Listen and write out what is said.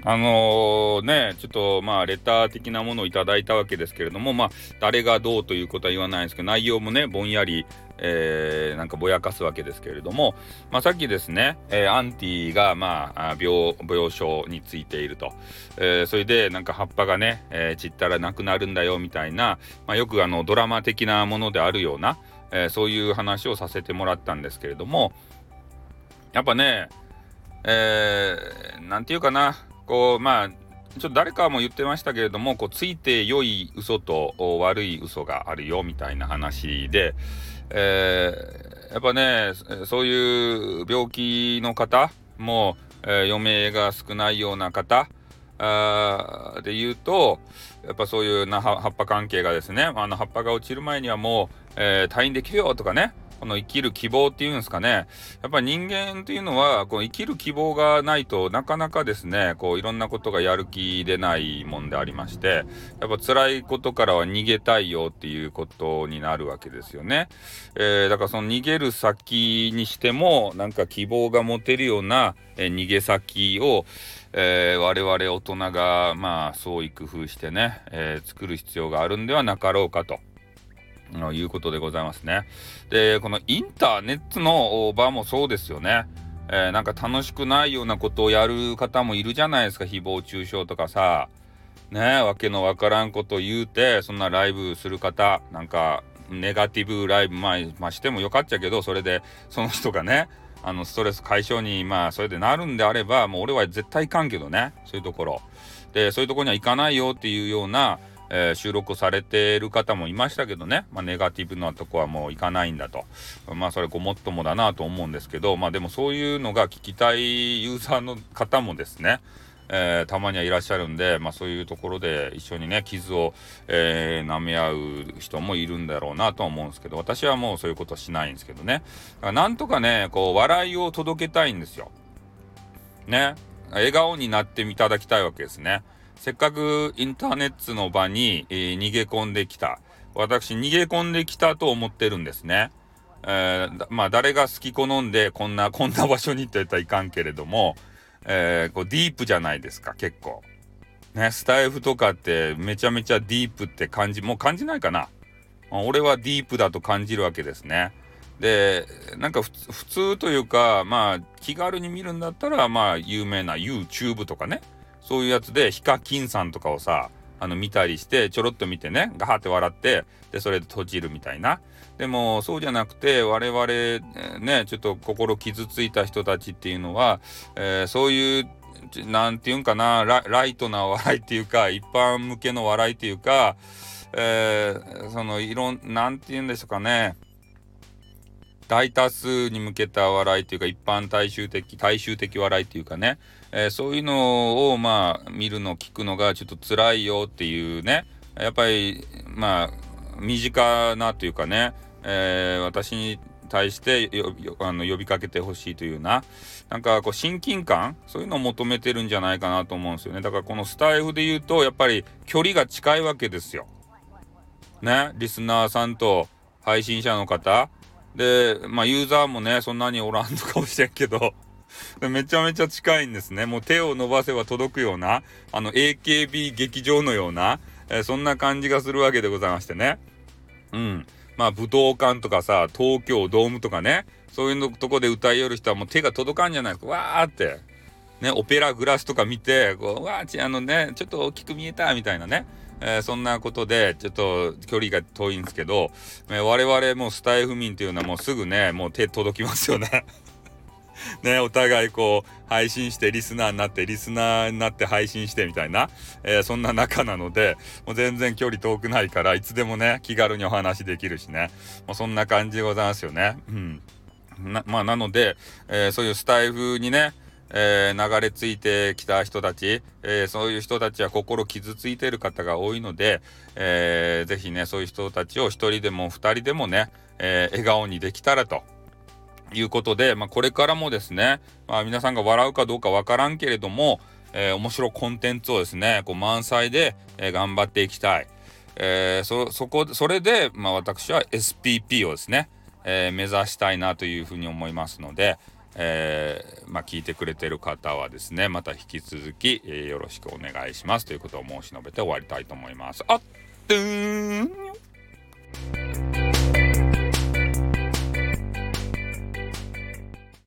ちょっとレター的なものをいただいたわけですけれども、誰がどうということは言わないんですけど、内容もねぼんやり、なんかぼやかすわけですけれども、さっきですね、アンティが病床についていると、それでなんか葉っぱがね、散ったらなくなるんだよみたいな、よくドラマ的なものであるような、そういう話をさせてもらったんですけれども、やっぱね、なんていうかな、ちょっと誰かも言ってましたけれども、ついて良い嘘と悪い嘘があるよみたいな話で、やっぱね、そういう病気の方も、余命が少ないような方で言うと、やっぱそういう葉っぱ関係がですね、葉っぱが落ちる前にはもう、退院できるよとかね、この生きる希望っていうんですかね。やっぱり人間っていうのは、生きる希望がないとなかなかですね、いろんなことがやる気出ないもんでありまして、やっぱ辛いことからは逃げたいよっていうことになるわけですよね。だからその逃げる先にしても、なんか希望が持てるような、逃げ先を、我々大人が創意工夫してね、作る必要があるんではなかろうかと。いうことでございますね。で、このインターネットの場もそうですよね。なんか楽しくないようなことをやる方もいるじゃないですか。誹謗中傷とかさ。ね、わけのわからんことを言うて、そんなライブする方、なんかネガティブライブ、してもよかっちゃけど、それでその人がね、ストレス解消にそれでなるんであれば、もう俺は絶対いかんけどね、そういうところで、そういうところには行かないよっていうような、収録をされている方もいましたけどね、ネガティブなとこはもう行かないんだと、それごもっともだなと思うんですけど、でもそういうのが聞きたいユーザーの方もですね、たまにはいらっしゃるんで、そういうところで一緒にね傷を、舐め合う人もいるんだろうなとは思うんですけど、私はもうそういうことはしないんですけどね。だからなんとかね笑いを届けたいんですよね。笑顔になっていただきたいわけですね。せっかくインターネットの場に、逃げ込んできた、私逃げ込んできたと思ってるんですね。誰が好き好んでこんな場所にって言ったらいかんけれども、ディープじゃないですか結構ね。スタイフとかってめちゃめちゃディープってもう感じないかな。俺はディープだと感じるわけですね。で、なんか普通というか、気軽に見るんだったら、有名な YouTube とかね、そういうやつでヒカキンさんとかをさ、見たりして、ちょろっと見てね、ガーって笑って、で、それで閉じるみたいな。でも、そうじゃなくて、我々、ね、ちょっと心傷ついた人たちっていうのは、そういう、なんていうんかな、ライトな笑いっていうか、一般向けの笑いっていうか、なんて言うんでしょうかね。大多数に向けた笑いというか、一般大衆的笑いというかね、そういうのを見るの聞くのがちょっと辛いよっていうね、やっぱり身近なというかね、私に対して呼びかけてほしいというなんか親近感、そういうのを求めてるんじゃないかなと思うんですよね。だからこのスタイフで言うとやっぱり距離が近いわけですよね。リスナーさんと配信者の方で、ユーザーもねそんなにおらんのかもしれんけどめちゃめちゃ近いんですね。もう手を伸ばせば届くようなAKB 劇場のような、そんな感じがするわけでございましてね。武道館とかさ、東京ドームとかね、そういうのとこで歌いよる人はもう手が届かんじゃないですか。わーってね、オペラグラスとか見てわーちちょっと大きく見えたみたいなね、そんなことでちょっと距離が遠いんですけど、我々もうスタイフ民っていうのはもうすぐねもう手届きますよねね、お互い配信してリスナーになって配信してみたいな、そんな仲なので、もう全然距離遠くないからいつでもね気軽にお話できるしね、もうそんな感じでございますよね。なので、そういうスタイフにね、流れ着いてきた人たち、そういう人たちは心傷ついている方が多いので、ぜひねそういう人たちを一人でも二人でもね、笑顔にできたらということで、これからもですね、皆さんが笑うかどうかわからんけれども、面白コンテンツをですね満載で、頑張っていきたい。それで、私は SPP をですね、目指したいなというふうに思いますので、 聞いてくれてる方はですね、また引き続き、よろしくお願いしますということを申し述べて終わりたいと思います。あっ、